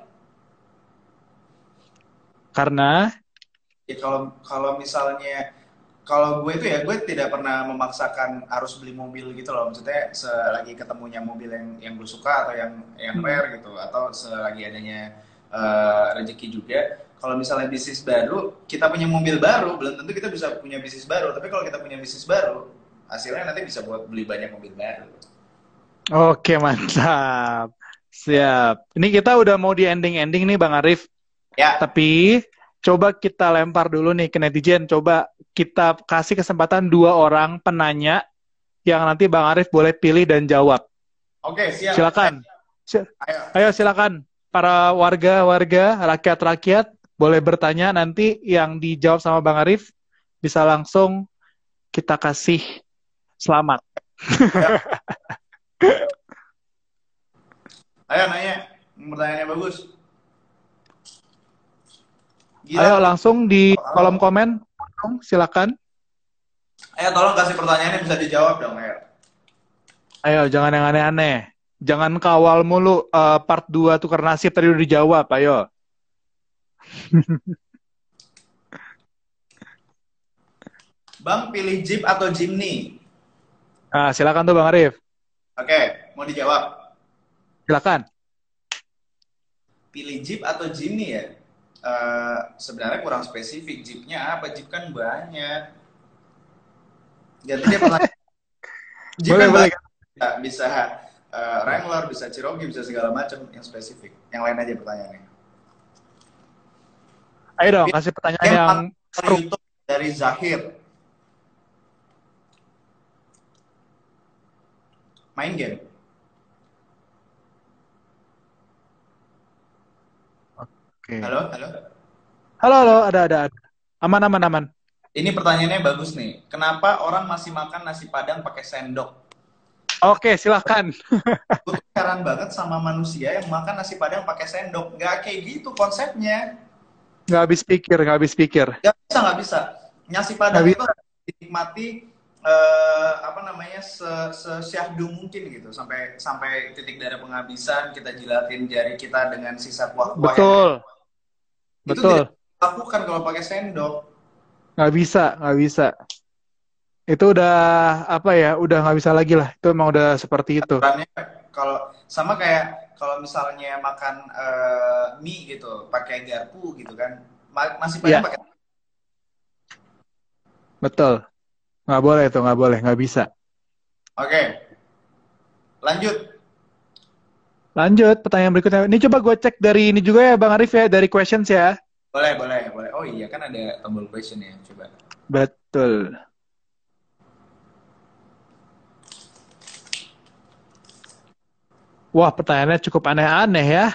Karena, Ya kalau kalau misalnya kalau gue itu ya gue tidak pernah memaksakan harus beli mobil gitu loh. Maksudnya selagi ketemunya mobil yang yang gue suka atau yang yang hmm, rare gitu atau selagi adanya eh, rezeki juga. Kalau misalnya bisnis baru, kita punya mobil baru, belum tentu kita bisa punya bisnis baru. Tapi kalau kita punya bisnis baru, hasilnya nanti bisa buat beli banyak mobil baru. oke mantap. Siap. Ini kita udah mau di ending-ending nih Bang Arif. Ya, Tapi coba kita lempar dulu nih ke netizen. Coba kita kasih kesempatan dua orang penanya yang nanti Bang Arif boleh pilih dan jawab. oke siap. Ayo, Silakan. Si- ayo. Ayo silakan. Para warga-warga, rakyat-rakyat boleh bertanya, nanti yang dijawab sama Bang Arif bisa langsung kita kasih selamat. Ayo, ayo nanya. Pertanyaannya bagus. Ayo Gila. langsung di kolom komen, silakan. Ayo tolong kasih pertanyaan yang bisa dijawab dong, ayo. Ayo jangan yang aneh-aneh. Jangan kawal mulu. Eh, part dua tukar nasib tadi udah dijawab. Ayo. Bang pilih Jeep atau Jimny? Nah, silakan tuh Bang Arif. Oke, mau dijawab. Silakan. Pilih Jeep atau Jimny ya? Eh, sebenarnya kurang spesifik. Jeepnya apa? Jeep kan banyak. Ganti dia pertanyaan. Jeep Boleh, kan boleh. banyak. Bisa, bisa eh, Wrangler, bisa Cherokee, bisa segala macam yang spesifik. Yang lain aja pertanyaannya. Ayo dong, Pilih kasih pertanyaan game yang atau seru. YouTube dari Zahir. Main game. Oke. Halo, halo. Halo, halo, ada, ada, ada. Aman, aman, aman. Ini pertanyaannya bagus nih. Kenapa orang masih makan nasi Padang pakai sendok? Oke, silahkan. Gue tuh heran banget sama manusia yang makan nasi Padang pakai sendok. Nggak kayak gitu konsepnya. Nggak habis pikir, nggak habis pikir. Nggak bisa, nggak bisa. Nasi Nggak Padang itu bisa. dinikmati eh, apa namanya se sesyahdu mungkin gitu sampai sampai titik darah penghabisan kita jilatin jari kita dengan sisa kuah-kuah yang Betul, itu tidak betul. dilakukan kalau pakai sendok. Nggak bisa, nggak bisa. Itu udah, apa ya, udah nggak bisa lagi lah. Itu emang udah seperti itu. Aturannya kalau sama kayak kalau misalnya makan eh, mie gitu pakai garpu gitu kan. Ma- Masih Padang Iya, pakai. betul. Nggak boleh itu, nggak boleh, nggak bisa. Oke, lanjut. Lanjut, pertanyaan berikutnya. Ini coba gue cek dari ini juga ya, Bang Arif ya, dari questions ya. Boleh, boleh, boleh. Oh iya kan ada tombol question ya. Coba. Betul. Wah, pertanyaannya cukup aneh-aneh ya.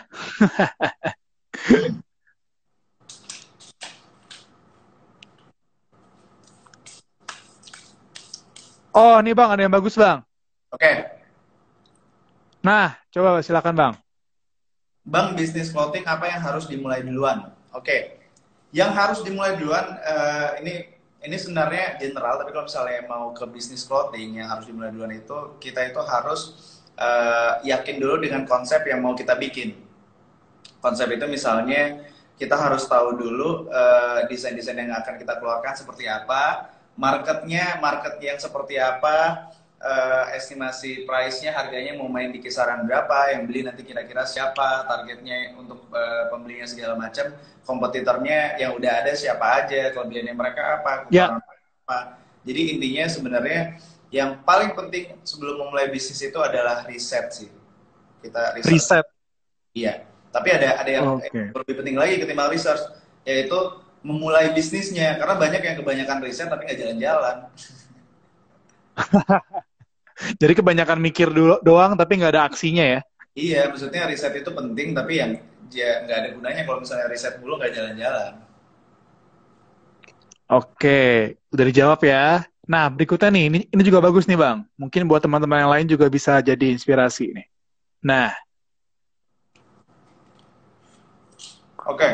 Oh, nih Bang, ada yang bagus Bang. Oke, Nah, coba silakan Bang. Bang, bisnis clothing apa yang harus dimulai duluan? Oke, yang harus dimulai duluan eh, ini ini sebenarnya general, tapi kalau misalnya mau ke bisnis clothing yang harus dimulai duluan itu kita itu harus eh, yakin dulu dengan konsep yang mau kita bikin. Konsep itu misalnya kita harus tahu dulu eh, desain-desain yang akan kita keluarkan seperti apa, marketnya, market yang seperti apa, eh, estimasi price-nya, harganya mau main di kisaran berapa, yang beli nanti kira-kira siapa, targetnya untuk eh, pembelinya segala macam, kompetitornya yang udah ada siapa aja, kelebihannya mereka apa, Ya, kekurangan apa. Jadi intinya sebenarnya yang paling penting sebelum memulai bisnis itu adalah riset sih. Kita research. riset. Iya. Tapi ada ada yang Oke. lebih penting lagi ketimbang research, yaitu memulai bisnisnya. Karena banyak yang kebanyakan riset tapi nggak jalan-jalan. Jadi kebanyakan mikir dulu doang tapi nggak ada aksinya ya. Iya, maksudnya riset itu penting, tapi yang ya nggak ada gunanya kalau misalnya riset mulu nggak jalan-jalan. Oke, udah dijawab ya. Nah, berikutnya nih, ini, ini juga bagus nih Bang. Mungkin buat teman-teman yang lain juga bisa jadi inspirasi nih. Nah, Oke,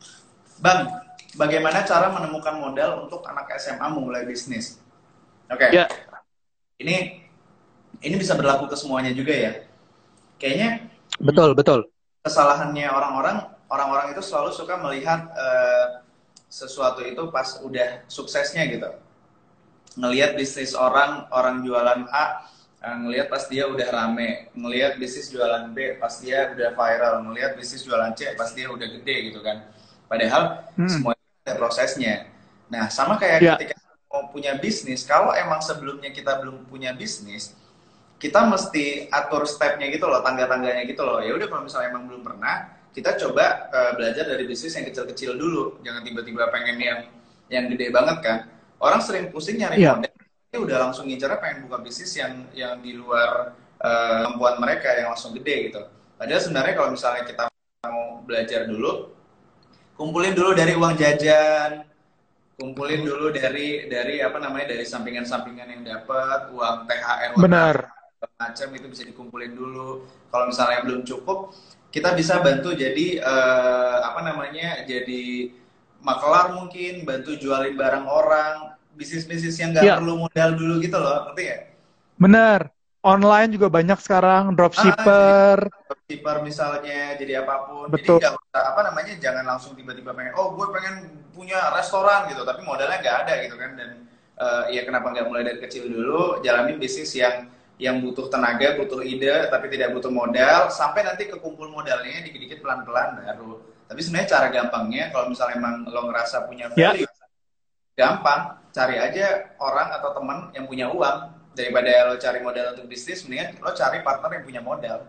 Bang, bagaimana cara menemukan modal untuk anak S M A memulai bisnis? Oke, ya, ini ini bisa berlaku ke semuanya juga ya. Kayaknya hmm, betul, betul. kesalahannya orang-orang, orang-orang itu selalu suka melihat eh, sesuatu itu pas udah suksesnya gitu. Ngelihat bisnis orang, orang jualan A, eh, ngelihat pas dia udah rame, ngelihat bisnis jualan B pas dia udah viral, ngelihat bisnis jualan C pas dia udah gede gitu kan. Padahal Hmm, semua itu ada prosesnya. Nah, sama kayak ya, ketika mau punya bisnis, kalau emang sebelumnya kita belum punya bisnis, kita mesti atur stepnya gitu loh, tangga-tangganya gitu loh. Ya udah kalau misalnya emang belum pernah, kita coba uh, belajar dari bisnis yang kecil-kecil dulu. Jangan tiba-tiba pengen yang yang gede banget kan. Orang sering pusing nyari ya, modal, ini udah langsung ngincernya pengen buka bisnis yang yang di luar uh, kemampuan mereka yang langsung gede gitu. Padahal sebenarnya kalau misalnya kita mau belajar dulu, kumpulin dulu dari uang jajan, kumpulin dulu dari dari apa namanya dari sampingan-sampingan yang dapat uang T H R, uang benar. macam itu bisa dikumpulin dulu. Kalau misalnya belum cukup, kita bisa bantu jadi eh, apa namanya jadi makelar mungkin, bantu jualin barang orang, bisnis-bisnis yang nggak Ya, perlu modal dulu gitu loh, ngerti ya? benar. Online juga banyak sekarang, Ah, jadi dropshipper. shopkeeper misalnya, jadi apapun. Jadi Betul. nggak usah apa namanya, jangan langsung tiba-tiba pengen, oh gue pengen punya restoran gitu, tapi modalnya nggak ada gitu kan. Dan eh, ya kenapa nggak mulai dari kecil dulu, jalanin bisnis yang yang butuh tenaga, butuh ide, tapi tidak butuh modal, sampai nanti kekumpul modalnya dikit-dikit pelan-pelan baru. Tapi sebenarnya cara gampangnya, kalau misalnya emang lo ngerasa punya Ya, value, gampang, cari aja orang atau teman yang punya uang. Daripada lo cari modal untuk bisnis, mendingan lo cari partner yang punya modal.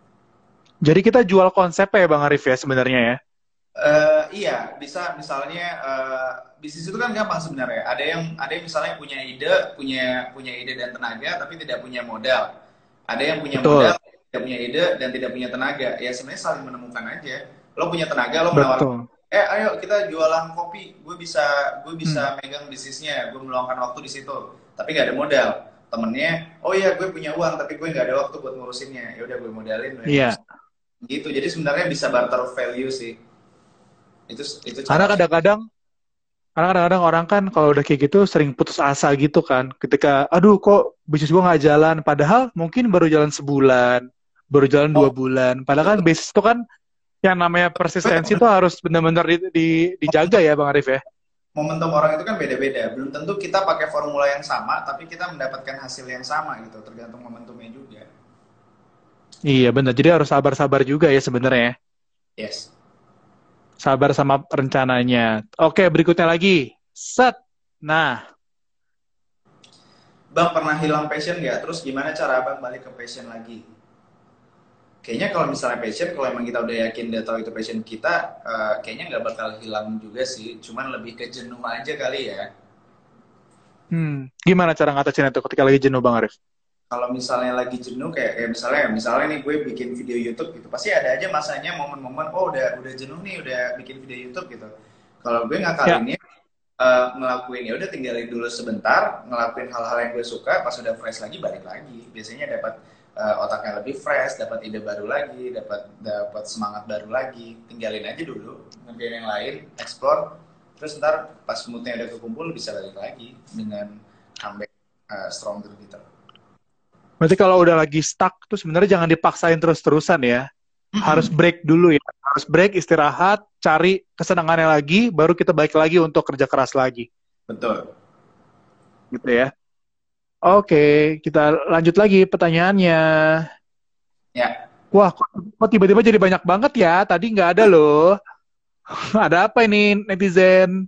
jadi kita jual konsep ya Bang Arif ya sebenarnya ya. Eh, iya, bisa misalnya eh, bisnis itu kan gampang sebenarnya. Ada yang ada yang misalnya punya ide, punya punya ide dan tenaga, tapi tidak punya modal. Ada yang punya Betul, modal, tidak punya ide dan tidak punya tenaga. Ya sebenarnya saling menemukan aja. Lo punya tenaga, lo menawarkan, betul. eh ayo kita jualan kopi. Gue bisa gue Hmm, bisa megang bisnisnya, gue meluangkan waktu di situ. Tapi nggak ada modal. Temennya, oh iya gue punya uang, tapi gue nggak ada waktu buat ngurusinnya. Ya udah gue modalin, gue yang iya. ngurusin. Gitu. Jadi sebenarnya bisa barter value sih. Itu itu Karena cara. kadang-kadang Karena kadang-kadang orang kan kalau udah kayak gitu sering putus asa gitu kan. Ketika, aduh kok bisnis gua nggak jalan. Padahal mungkin baru jalan sebulan, baru jalan dua Oh, bulan. Padahal kan betul. bisnis itu kan yang namanya persistensi itu harus benar-benar di, di- dijaga ya Bang Arif ya. Momentum orang itu kan beda-beda. Belum tentu kita pakai formula yang sama, tapi kita mendapatkan hasil yang sama gitu. Tergantung momentumnya juga. Iya benar. Jadi harus sabar-sabar juga ya sebenarnya, ya. Yes. Sabar sama rencananya. Oke, berikutnya lagi. Set. Nah, Bang pernah hilang passion nggak? Terus gimana cara abang balik ke passion lagi? Kayaknya kalau misalnya passion, kalau emang kita udah yakin udah tahu itu passion kita, eh, kayaknya nggak bakal hilang juga sih. Cuman lebih ke jenuh aja kali ya. hmm, gimana cara ngatasin itu ketika lagi jenuh Bang Arif? Kalau misalnya lagi jenuh kayak kayak misalnya misalnya nih gue bikin video YouTube gitu pasti ada aja masanya momen-momen oh udah udah jenuh nih udah bikin video YouTube gitu. Kalau gue Ya, ngakalinnya eh, ngelakuin ya udah tinggalin dulu sebentar ngelakuin hal-hal yang gue suka pas udah fresh lagi balik lagi biasanya dapat eh, otaknya lebih fresh dapat ide baru lagi dapat dapat semangat baru lagi tinggalin aja dulu ngerjain yang lain explore terus ntar pas moodnya udah kekumpul bisa balik lagi dengan comeback eh, stronger gitu. berarti kalau udah lagi stuck tuh sebenarnya jangan dipaksain terus-terusan ya. Harus Mm-mm. break dulu ya. Harus break, istirahat, cari kesenangannya lagi, baru kita balik lagi untuk kerja keras lagi. Betul. Gitu ya. Oke, kita lanjut lagi pertanyaannya. Ya, Wah, kok, kok tiba-tiba jadi banyak banget ya? Tadi nggak ada loh. Ada apa ini netizen?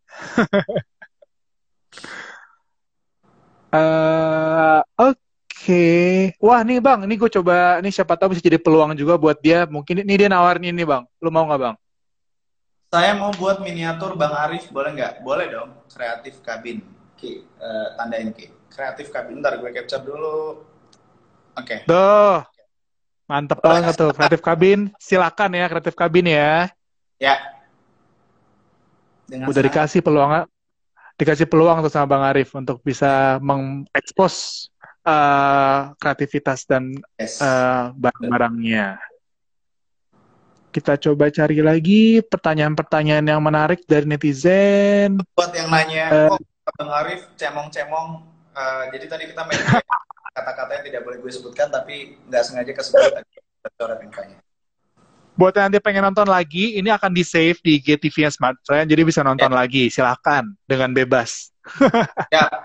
eh Oke. Wah, nih Bang, ini gue coba, ini siapa tahu bisa jadi peluang juga buat dia. Mungkin ini dia nawarin ini Bang. Lu mau nggak Bang? saya mau buat miniatur Bang Arif, boleh nggak? Boleh dong. Kreatif kabin. Oke, eh, tandain Ki. Kreatif kabin. Ntar gue capture dulu. Oke. Duh. Mantep banget tuh. Kreatif Cabin, silakan ya Kreatif Cabin ya. Ya, dengan Udah senang hati. dikasih peluang, dikasih peluang tuh sama Bang Arif untuk bisa mengekspos uh, kreativitas dan Yes. uh, barang-barangnya. Kita coba cari lagi pertanyaan-pertanyaan yang menarik dari netizen. Buat yang nanya, Uh, kok Bang Arif cemong-cemong, eh, jadi tadi kita main game, kata-kata yang tidak boleh gue sebutkan, tapi nggak sengaja kesebut tadi. Coret infanya. buat yang nanti pengen nonton lagi, ini akan di-save di I G T V-nya Smart Friend, jadi bisa Ya, nonton lagi. Silahkan, dengan bebas. ya.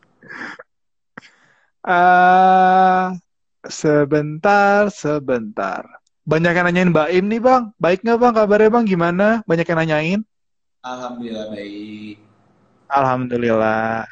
Uh, sebentar, sebentar. Banyak yang nanyain Mbak Im nih Bang. Baik nggak Bang? Kabarnya Bang gimana? Banyak yang nanyain. Alhamdulillah baik. Alhamdulillah.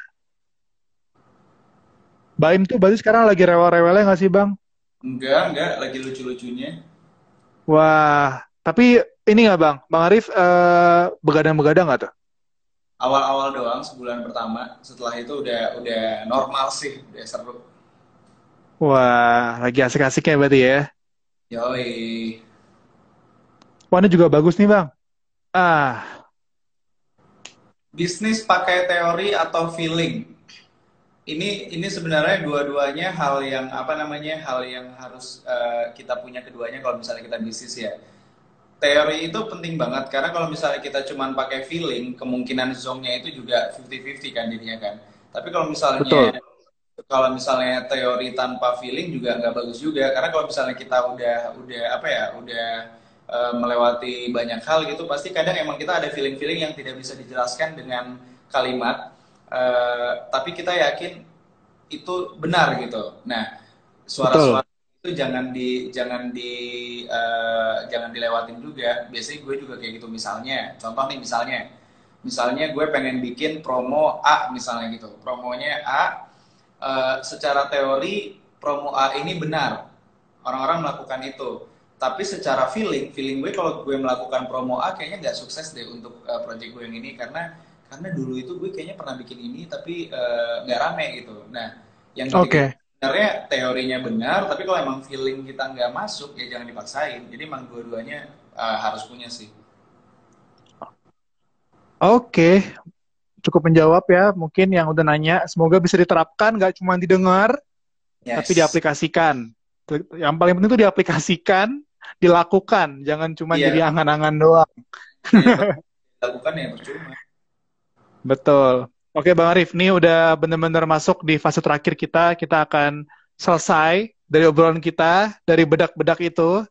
Mbak Im tuh berarti sekarang lagi rewel-rewelnya nggak sih Bang? Enggak, enggak, lagi lucu-lucunya. Wah, tapi ini nggak Bang? Bang Arif eh, begadang-begadang nggak tuh? Awal-awal doang sebulan pertama, setelah itu udah udah normal sih, udah seru. Wah, lagi asik-asiknya berarti ya. Yoi. Wah, ini juga bagus nih Bang. Ah, Bisnis pakai teori atau feeling? Ini ini sebenarnya dua-duanya hal yang apa namanya hal yang harus eh, kita punya keduanya kalau misalnya kita bisnis ya. Teori itu penting banget karena kalau misalnya kita cuman pakai feeling, kemungkinan zonnya itu juga fifty fifty kan jadinya kan. Tapi kalau betul. misalnya kalau misalnya teori tanpa feeling juga nggak bagus juga karena kalau misalnya kita udah udah apa ya udah eh, melewati banyak hal gitu pasti kadang emang kita ada feeling-feeling yang tidak bisa dijelaskan dengan kalimat. Eh, tapi kita yakin itu benar gitu. Nah, Betul. suara-suara itu jangan di jangan di eh, jangan dilewatin juga. Biasanya gue juga kayak gitu misalnya. Contoh nih misalnya, misalnya gue pengen bikin promo A misalnya gitu. Promonya A, eh, secara teori promo A ini benar. Orang-orang melakukan itu. Tapi secara feeling, feeling gue kalau gue melakukan promo A kayaknya nggak sukses deh untuk eh, project gue yang ini karena karena dulu itu gue kayaknya pernah bikin ini tapi eh, nggak uh, rame gitu. Nah, yang ketiga Oke. sebenarnya teorinya benar, tapi kalau emang feeling kita nggak masuk ya jangan dipaksain. Jadi emang dua-duanya uh, harus punya sih. Oke. Cukup menjawab ya. Mungkin yang udah nanya. Semoga bisa diterapkan. Nggak cuma didengar, tapi Yes. diaplikasikan. Yang paling penting itu diaplikasikan, dilakukan. Jangan cuma Iya, jadi angan-angan doang. iya kalau dilakukan ya percuma. Betul. Oke Bang Arif, ini udah benar-benar masuk di fase terakhir kita. Kita akan selesai dari obrolan kita, dari bedak-bedak itu.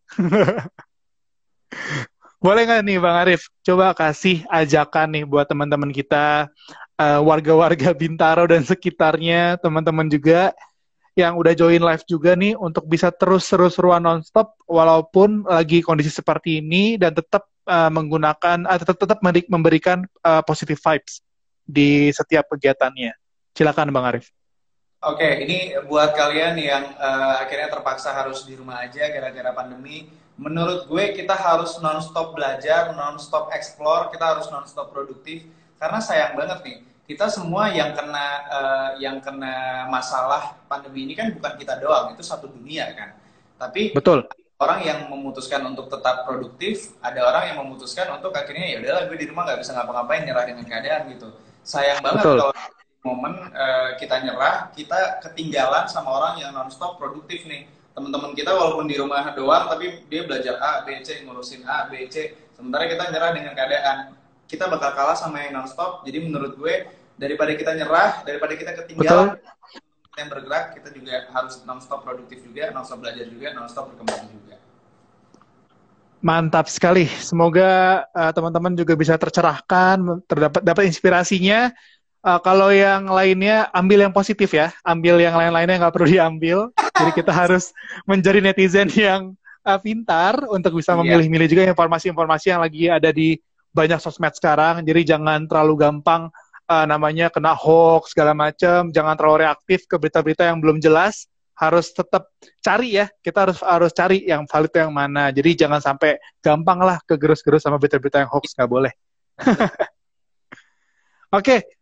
Boleh nggak nih Bang Arif, coba kasih ajakan nih buat teman-teman kita, eh, warga-warga Bintaro dan sekitarnya, teman-teman juga yang udah join live juga nih untuk bisa terus seru-seruan nonstop walaupun lagi kondisi seperti ini dan tetap uh, menggunakan uh, tetap tetap memberikan uh, positive vibes di setiap kegiatannya. Silakan Bang Arif. Oke, ini buat kalian yang uh, akhirnya terpaksa harus di rumah aja gara-gara pandemi. Menurut gue kita harus non-stop belajar, non-stop explore, kita harus non-stop produktif. Karena sayang banget nih, kita semua yang kena uh, yang kena masalah pandemi ini kan bukan kita doang, itu satu dunia kan. Tapi Betul. orang yang memutuskan untuk tetap produktif, ada orang yang memutuskan untuk akhirnya ya udahlah gue di rumah nggak bisa ngapa-ngapain, nyerah dengan keadaan gitu. Sayang banget Betul. kalau momen uh, kita nyerah, kita ketinggalan sama orang yang nonstop produktif nih. Teman-teman kita walaupun di rumah doang, tapi dia belajar A, B, C, ngurusin A, B, C. Sementara kita nyerah dengan keadaan. Kita bakal kalah sama yang nonstop. Jadi menurut gue, daripada kita nyerah, daripada kita ketinggalan, Betul. kita yang bergerak, kita juga harus nonstop produktif juga, nonstop belajar juga, nonstop berkembang juga. Mantap sekali. Semoga uh, teman-teman juga bisa tercerahkan, terdapat dapat inspirasinya. Uh, kalau yang lainnya ambil yang positif ya, ambil yang lain-lainnya nggak perlu diambil. Jadi kita harus menjadi netizen yang uh, pintar untuk bisa Iya. memilih-milih juga informasi-informasi yang lagi ada di banyak sosmed sekarang. Jadi jangan terlalu gampang uh, namanya kena hoax segala macam. Jangan terlalu reaktif ke berita-berita yang belum jelas. Harus tetap cari ya. Kita harus harus cari yang valid yang mana. Jadi jangan sampai gampang lah kegerus-gerus sama berita-berita yang hoax, nggak boleh. Oke. Okay.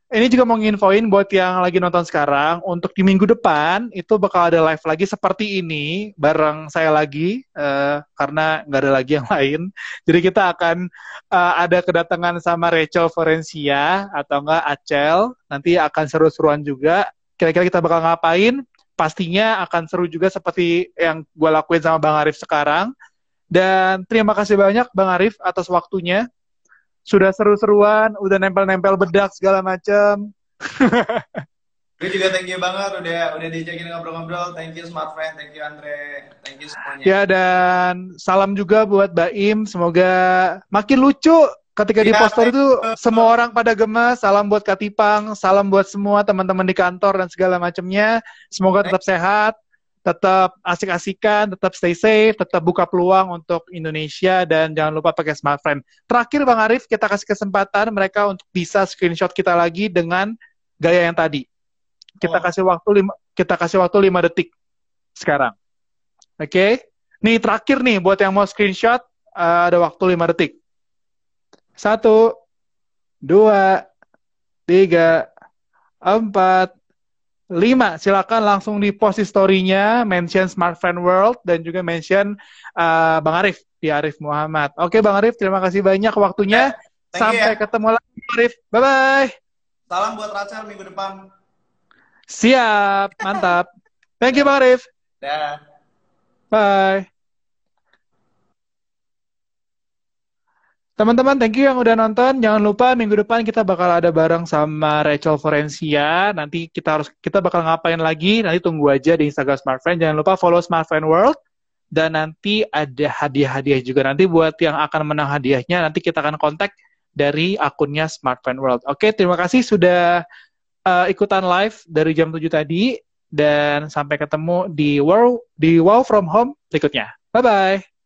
Ini juga mau nginfoin buat yang lagi nonton sekarang, untuk di minggu depan itu bakal ada live lagi seperti ini, bareng saya lagi, eh, karena nggak ada lagi yang lain. Jadi kita akan eh, ada kedatangan sama Rachel Forencia, atau enggak Acel, nanti akan seru-seruan juga. Kira-kira kita bakal ngapain? Pastinya akan seru juga seperti yang gue lakuin sama Bang Arif sekarang. Dan terima kasih banyak Bang Arif atas waktunya. Sudah seru-seruan, udah nempel-nempel bedak segala macam. Gue juga thank you banget udah udah diajakin ngobrol-ngobrol. Thank you Smart Friend, thank you Andre, thank you semuanya. Ya, dan salam juga buat Baim. Semoga makin lucu ketika di Ya, poster itu semua orang pada gemes. Salam buat Katipang, salam buat semua teman-teman di kantor dan segala macamnya. Semoga tetap sehat, tetap asik-asikan, tetap stay safe, tetap buka peluang untuk Indonesia, dan jangan lupa pakai Smart Friend. Terakhir Bang Arif, kita kasih kesempatan mereka untuk bisa screenshot kita lagi dengan gaya yang tadi. Kita Oh. kasih waktu lima, kita kasih waktu lima detik sekarang. Oke. Okay? Nih terakhir nih buat yang mau screenshot, uh, ada waktu lima detik. Satu, dua, tiga, empat, lima. Silakan langsung di post story-nya, mention Smart Friend World, dan juga mention uh, Bang Arif, di Arif Muhammad. Oke Bang Arif, terima kasih banyak waktunya. Thank Sampai you, ya. ketemu lagi Bang Arif. Bye-bye. Salam buat Rachel minggu depan. Siap, mantap. Thank you Bang Arif. Dah. Bye. Teman-teman, thank you yang udah nonton. Jangan lupa minggu depan kita bakal ada bareng sama Rachel Forencia. Nanti kita harus kita bakal ngapain lagi? Nanti tunggu aja di Instagram Smart Friend. Jangan lupa follow Smart Friend World. Dan nanti ada hadiah-hadiah juga. Nanti buat yang akan menang hadiahnya, nanti kita akan kontak dari akunnya Smart Friend World. Oke, terima kasih sudah uh, ikutan live dari jam tujuh tadi. Dan sampai ketemu di Wow, di Wow From Home berikutnya. Bye-bye.